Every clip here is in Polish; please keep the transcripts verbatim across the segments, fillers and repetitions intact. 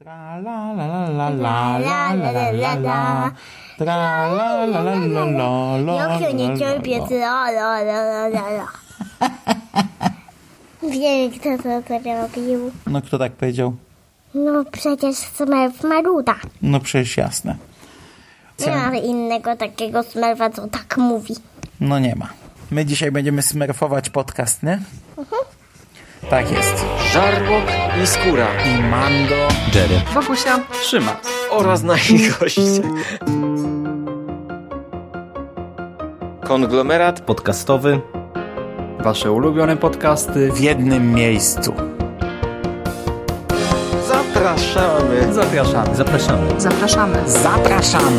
Tra la la la la la la la la la. Tra la la la la la la. Jak się nie cierpię, la la la la la la. Wiem, kto to zrobił. No kto tak powiedział? No przecież Smurf Maruda. No przecież jasne. Nie ma innego takiego Smurfa, co tak mówi. No nie ma. My dzisiaj będziemy smurfować podcast, nie? Mhm. Tak jest. Żarłok i Skóra. I Mando. Jerry. Wokusia. Trzyma. Oraz nasi goście. Konglomerat podcastowy. Wasze ulubione podcasty w jednym miejscu. Zapraszamy. Zapraszamy. Zapraszamy. Zapraszamy. Zapraszamy.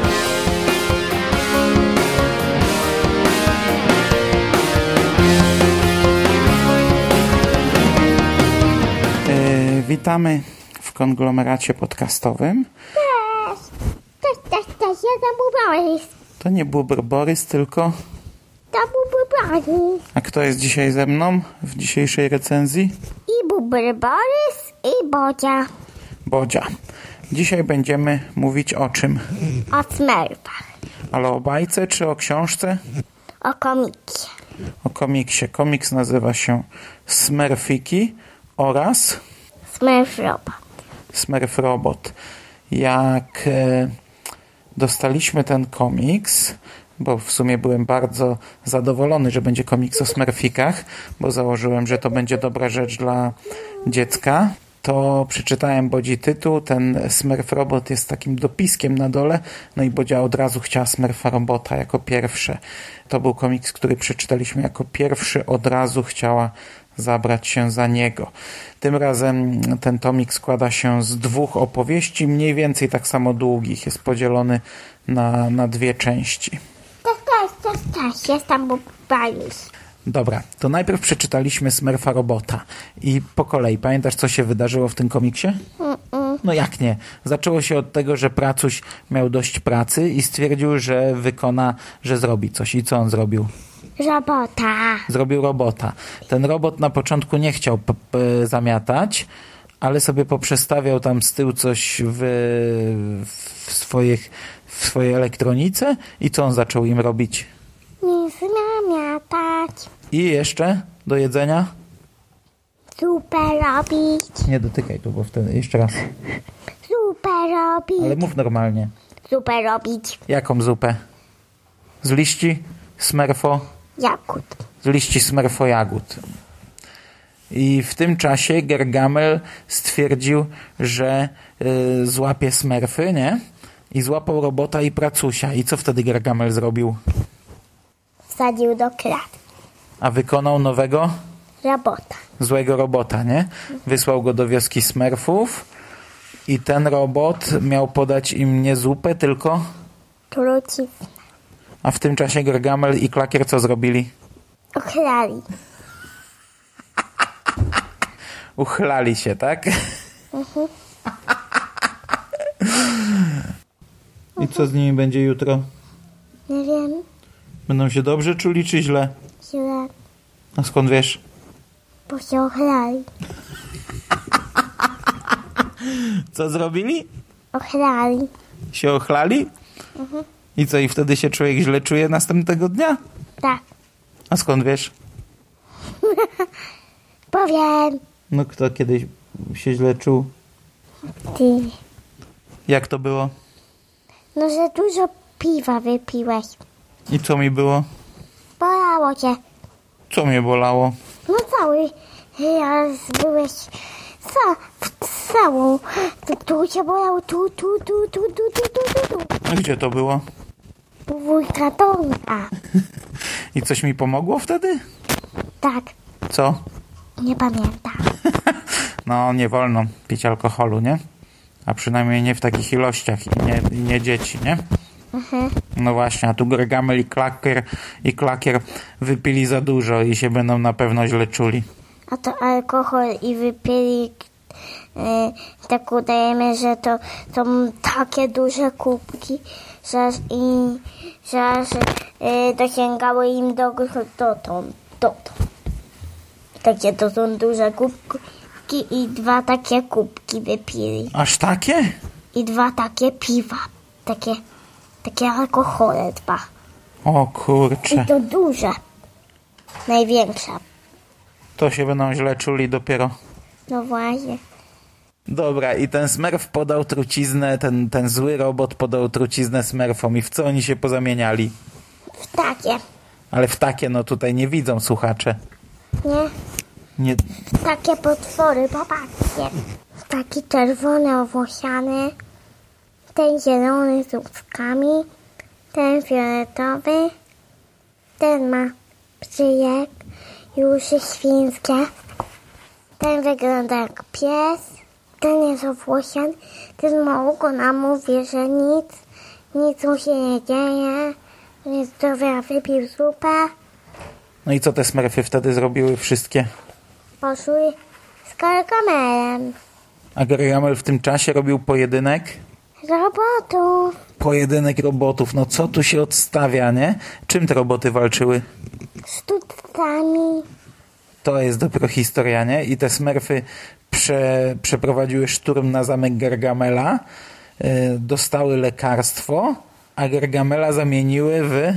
Yy, witamy w konglomeracie podcastowym. Też, też, też, też, ja zabubałeś. To nie Bubr Borys, tylko... To Bubr A kto jest dzisiaj ze mną w dzisiejszej recenzji? I Bubr Borys, i Bodzia. Bodzia. Dzisiaj będziemy mówić o czym? O Smurfach. Ale o bajce czy o książce? O komiksie. O komiksie. Komiks nazywa się Smurfiki oraz Smurf Robot. Smurf Robot. Jak e, dostaliśmy ten komiks, bo w sumie byłem bardzo zadowolony, że będzie komiks o Smurfikach, bo założyłem, że to będzie dobra rzecz dla dziecka, to przeczytałem Bodzi tytuł. Ten Smurf Robot jest takim dopiskiem na dole, no i Bodzia od razu chciała Smurfa Robota jako pierwsze. To był komiks, który przeczytaliśmy jako pierwszy, od razu chciała zabrać się za niego. Tym razem ten tomik składa się z dwóch opowieści, mniej więcej tak samo długich. Jest podzielony na, na dwie części. Tak, tak, tak, tak. Jest tam Bubalius. Dobra, to najpierw przeczytaliśmy Smurfa Robota i po kolei. Pamiętasz, co się wydarzyło w tym komiksie? Mm-mm. No jak nie? Zaczęło się od tego, że pracuś miał dość pracy i stwierdził, że wykona, że zrobi coś. I co on zrobił? Robota. Zrobił robota. Ten robot na początku nie chciał p- p- zamiatać, ale sobie poprzestawiał tam z tyłu coś w, w, swoich, w swojej elektronice i co on zaczął im robić? Nie zamiatać. I jeszcze do jedzenia? Super robić. Nie dotykaj tu, bo wtedy jeszcze raz. Super robić. Ale mów normalnie. Super robić. Jaką zupę? Z liści smurfo? Jagód. Z liści smurfo jagód. I w tym czasie Gargamel stwierdził, że y, złapie smurfy, nie? I złapał robota i pracusia. I co wtedy Gargamel zrobił? Wsadził do klatki. A wykonał nowego? Robota. Złego robota, nie? Wysłał go do wioski smurfów i ten robot miał podać im nie zupę, tylko... Trucizny. A w tym czasie Gargamel i Klakier co zrobili? Ochlali. Uchlali się, tak? Mhm. I co z nimi będzie jutro? Nie wiem. Będą się dobrze czuli, czy źle? Źle. A skąd wiesz? Bo się ochlali. Co zrobili? Ochlali. Się ochlali? Mhm. I co, i wtedy się człowiek źle czuje następnego dnia? Tak. A skąd wiesz? Powiem. No kto kiedyś się źle czuł? Ty. Jak to było? No, że dużo piwa wypiłeś. I co mi było? Bolało cię. Co mnie bolało? No cały raz byłeś ca, całą. Tu, tu cię bolało, tu, tu, tu, tu, tu, tu, tu, tu, tu. A gdzie to było? U wujka Tomka. I coś mi pomogło wtedy? Tak, Co? nie pamiętam. No, nie wolno pić alkoholu, nie? A przynajmniej nie w takich ilościach i nie, i nie dzieci, nie? Mhm. No właśnie, a tu Gargamel i Klakier i Klakier wypili za dużo i się będą na pewno źle czuli. A to alkohol i wypili, yy, tak udajemy, że to są takie duże kubki, że i że, że yy, dosięgały im do dotąd, dotąd. Takie to są duże kubki kubki i dwa takie kubki wypili. Aż takie? I dwa takie piwa. Takie, takie alkohole dwa. O kurczę. I to duże. Największe. To się będą źle czuli dopiero. No właśnie. Dobra, i ten Smurf podał truciznę, ten, ten zły robot podał truciznę Smurfom. I w co oni się pozamieniali? W takie. Ale w takie, no tutaj nie widzą słuchacze. Nie? Nie. Takie potwory, popatrzcie. Taki czerwony, owłosiany. Ten zielony z łuskami. Ten fioletowy. Ten ma przyjek i uszy świńskie. Ten wygląda jak pies. Ten jest owłosiany. Ten ma ogon, a mówi, że nic. Nic mu się nie dzieje. Jest zdrowy, a wypił zupę. No i co te Smurfy wtedy zrobiły wszystkie? Poszły z Gargamelem. A Gargamel w tym czasie robił pojedynek? Z robotów. Pojedynek robotów. No co tu się odstawia, nie? Czym te roboty walczyły? Z tutcami. To jest dopiero historia, nie? I te Smurfy prze, przeprowadziły szturm na zamek Gargamela, yy, dostały lekarstwo, a Gargamela zamieniły w...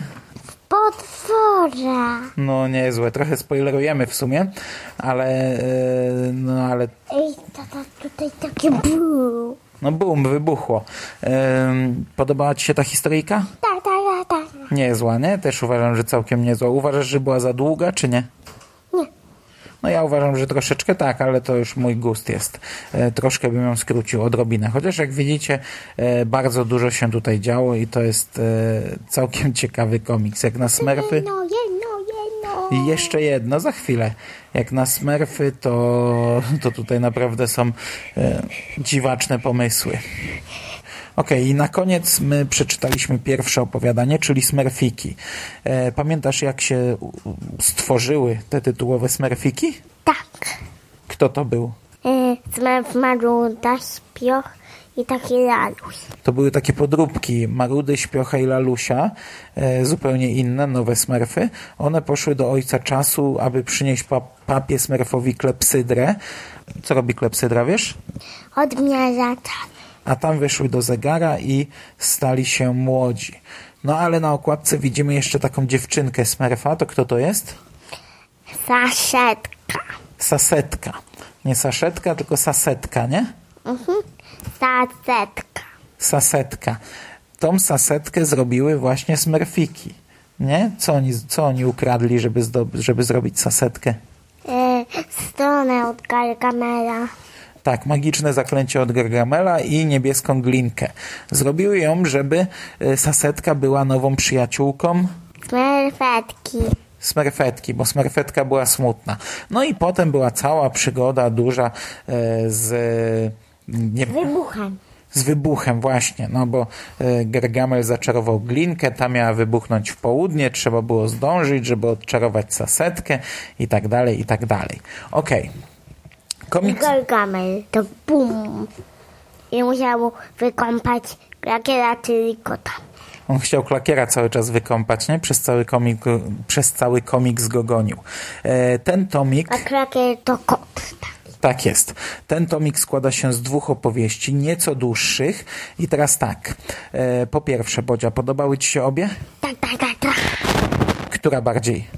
Potwora. No niezłe, trochę spoilerujemy w sumie, ale... Yy, no ale... Ej, tata, tutaj takie buu. No bum, wybuchło. Yy, podobała ci się ta historyjka? Tak, tak, tak, tak. Niezła, nie? Też uważam, że całkiem niezła. Uważasz, że była za długa, czy nie? Nie. No ja uważam, że troszeczkę tak, ale to już mój gust jest. E, troszkę bym ją skrócił, odrobinę. Chociaż jak widzicie, e, bardzo dużo się tutaj działo i to jest e, całkiem ciekawy komiks. Jak na Smurfy... Jedno, jedno, jedno. I jeszcze jedno, za chwilę. Jak na Smurfy, to, to tutaj naprawdę są e, dziwaczne pomysły. Okej, okay, i na koniec my przeczytaliśmy pierwsze opowiadanie, czyli Smurfiki. E, pamiętasz, jak się stworzyły te tytułowe Smurfiki? Tak. Kto to był? Yy, Smurf, Maruda, Śpioch i taki laluś. To były takie podróbki Marudy, Śpiocha i Lalusia, e, zupełnie inne, nowe Smurfy. One poszły do Ojca Czasu, aby przynieść pa- papie Smurfowi klepsydrę. Co robi klepsydra, wiesz? Odmierza czas. A tam weszły do zegara i stali się młodzi. No ale na okładce widzimy jeszcze taką dziewczynkę Smurfa. To kto to jest? Saszetka. Sasetka. Nie saszetka, tylko sasetka, nie? Mhm. Sasetka. Sasetka. Tą sasetkę zrobiły właśnie Smurfiki. Nie? Co oni, co oni ukradli, żeby, zdo, żeby zrobić sasetkę? Yy, stronę od Gargamela. Tak, magiczne zaklęcie od Gargamela i niebieską glinkę. Zrobiły ją, żeby sasetka była nową przyjaciółką Smurfetki. Smurfetki, bo Smurfetka była smutna. No i potem była cała przygoda duża e, z... Nie, Wybuchem. z wybuchem właśnie, no bo e, Gargamel zaczarował glinkę, ta miała wybuchnąć w południe, trzeba było zdążyć, żeby odczarować sasetkę i tak dalej, i tak dalej. Okej. Okay. Komiks... Gargamel to bum. I musiał wykąpać Klakiera, czyli kota. On chciał Klakiera cały czas wykąpać, nie? Przez cały komik, przez cały komiks go gonił. E, ten tomik... A Klakier to kot. Tak jest. Ten tomik składa się z dwóch opowieści, nieco dłuższych. I teraz tak. E, po pierwsze, Bodzia, podobały ci się obie? Tak, tak, tak, tak. Która bardziej?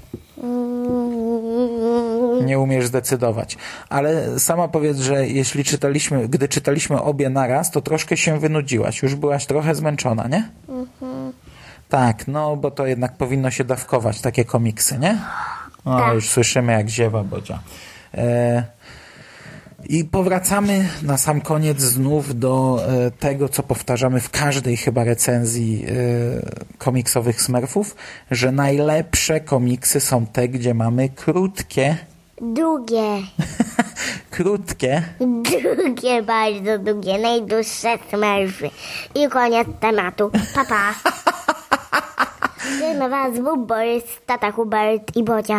Nie umiesz zdecydować. Ale sama powiedz, że jeśli czytaliśmy, gdy czytaliśmy obie naraz, to troszkę się wynudziłaś. Już byłaś trochę zmęczona, nie? Mhm. Tak, no bo to jednak powinno się dawkować, takie komiksy, nie? O, tak. Już słyszymy, jak ziewa Bodzia. E, I powracamy na sam koniec znów do e, tego, co powtarzamy w każdej chyba recenzji e, komiksowych Smurfów, że najlepsze komiksy są te, gdzie mamy krótkie... Długie. Krótkie. Długie, bardzo długie. Najdłuższe Smurfy. I koniec tematu. Pa, pa. Żegna was Bób, Borys, tata Hubert i Bodzia.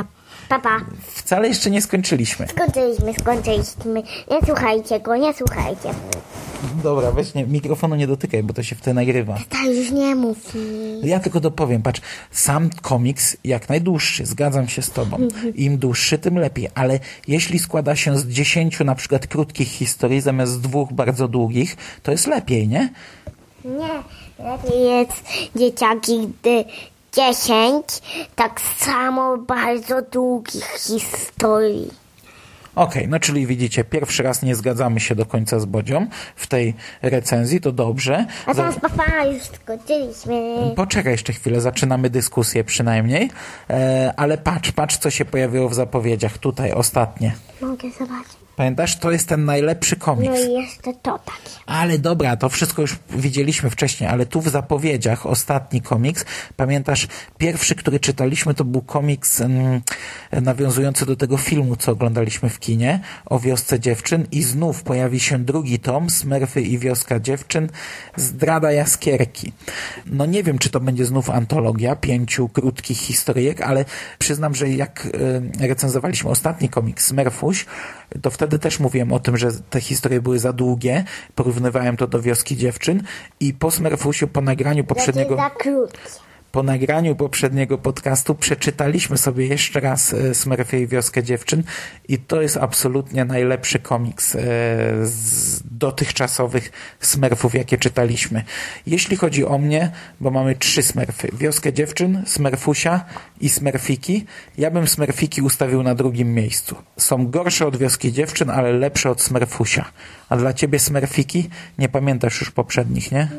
Papa. Wcale jeszcze nie skończyliśmy. Skończyliśmy, skończyliśmy. Nie słuchajcie go, nie słuchajcie. Dobra, weź nie, mikrofonu nie dotykaj, bo to się wtedy nagrywa. Tak, już nie mów. Ja tylko dopowiem, patrz, sam komiks jak najdłuższy, zgadzam się z tobą. Im dłuższy, tym lepiej, ale jeśli składa się z dziesięciu na przykład krótkich historii zamiast z dwóch bardzo długich, to jest lepiej, nie? Nie, lepiej jest dzieciaki, gdy dziesięć tak samo bardzo długich historii. Okej, okay, no czyli widzicie, pierwszy raz nie zgadzamy się do końca z Bodzią w tej recenzji, to dobrze. A teraz papa, już skończyliśmy. Poczekaj jeszcze chwilę, zaczynamy dyskusję przynajmniej, e, ale patrz, patrz co się pojawiło w zapowiedziach, tutaj ostatnie. Mogę zobaczyć. Pamiętasz, to jest ten najlepszy komiks. No i jeszcze to takie. Ale dobra, to wszystko już widzieliśmy wcześniej, ale tu w zapowiedziach ostatni komiks, pamiętasz, pierwszy, który czytaliśmy, to był komiks mm, nawiązujący do tego filmu, co oglądaliśmy w kinie, o wiosce dziewczyn i znów pojawi się drugi tom, Smurfy i wioska dziewczyn, Zdrada jaskierki. No nie wiem, czy to będzie znów antologia pięciu krótkich historyjek, ale przyznam, że jak y, recenzowaliśmy ostatni komiks Smurfuś, to wtedy też mówiłem o tym, że te historie były za długie, porównywałem to do wioski dziewczyn i po Smurfusiu, po nagraniu poprzedniego... Za krótkie. Po nagraniu poprzedniego podcastu przeczytaliśmy sobie jeszcze raz Smurfy i wioskę dziewczyn i to jest absolutnie najlepszy komiks z dotychczasowych Smurfów, jakie czytaliśmy. Jeśli chodzi o mnie, bo mamy trzy Smurfy. Wioskę dziewczyn, Smurfusia i Smurfiki. Ja bym Smurfiki ustawił na drugim miejscu. Są gorsze od wioski dziewczyn, ale lepsze od Smurfusia. A dla ciebie Smurfiki? Nie pamiętasz już poprzednich, nie?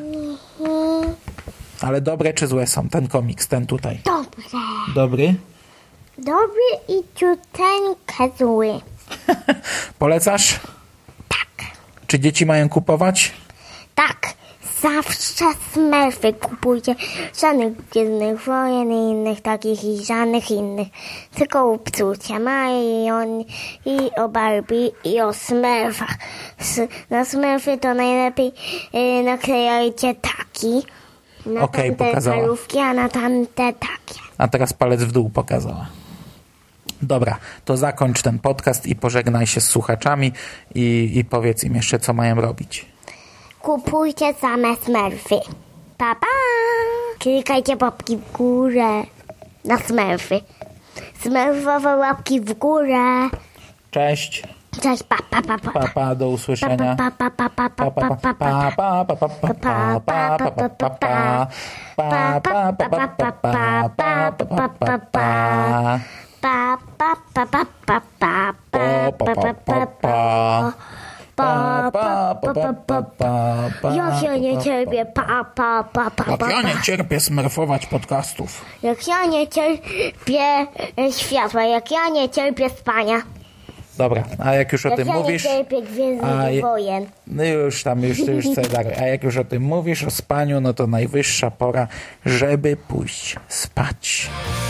Ale dobre czy złe są? Ten komiks, ten tutaj. Dobre. Dobry? Dobry i ciuteńkę zły. Polecasz? Tak. Czy dzieci mają kupować? Tak. Zawsze Smurfy kupujcie. Żadnych Gwiezdnych Wojen i innych takich i żadnych innych. Tylko o psucie mają i o Barbie i o Smurfach. Na Smurfy to najlepiej yy, naklejajcie taki. Na Okej, tamte pokazała. parówki, a na tamte takie. A teraz palec w dół pokazała. Dobra, to zakończ ten podcast i pożegnaj się z słuchaczami i, i powiedz im jeszcze, co mają robić. Kupujcie same Smurfy. Pa, pa! Klikajcie łapki w górę na Smurfy. Smurfowe łapki w górę. Cześć. Cześć, pa, pa, pa, pa. Pa, pa, do usłyszenia. Pa, pa, pa, pa, pa, pa, pa, pa, Pa, pa, pa, pa, pa, pa, pa, pa, pa, pa, pa. Pa, pa, pa, pa, pa, pa, pa, pa, pa, pa. Pa, pa, pa, pa, pa, pa, pa, pa, pa, pa, pa. Pa, pa, pa, pa, pa, pa. Jak ja nie cierpię, pa, pa, pa, pa, Jak pa, ja nie pa. cierpię smurfować podcastów. Jak ja nie cierpię e, światła, jak ja nie cierpię spania. Dobra, a jak już o Jak tym ja mówisz... nie cierpię a Gwiezdnych je- Wojen. No już tam, już, już co dalej. A jak już o tym mówisz, o spaniu, no to najwyższa pora, żeby pójść spać.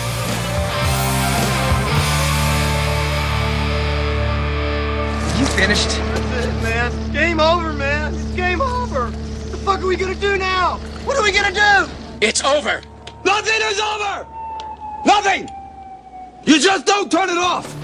You finished? That's it, man. Game over, man. It's game over. What the fuck are we gonna do now? What are we gonna do? It's over. Nothing is over! Nothing! You just don't turn it off!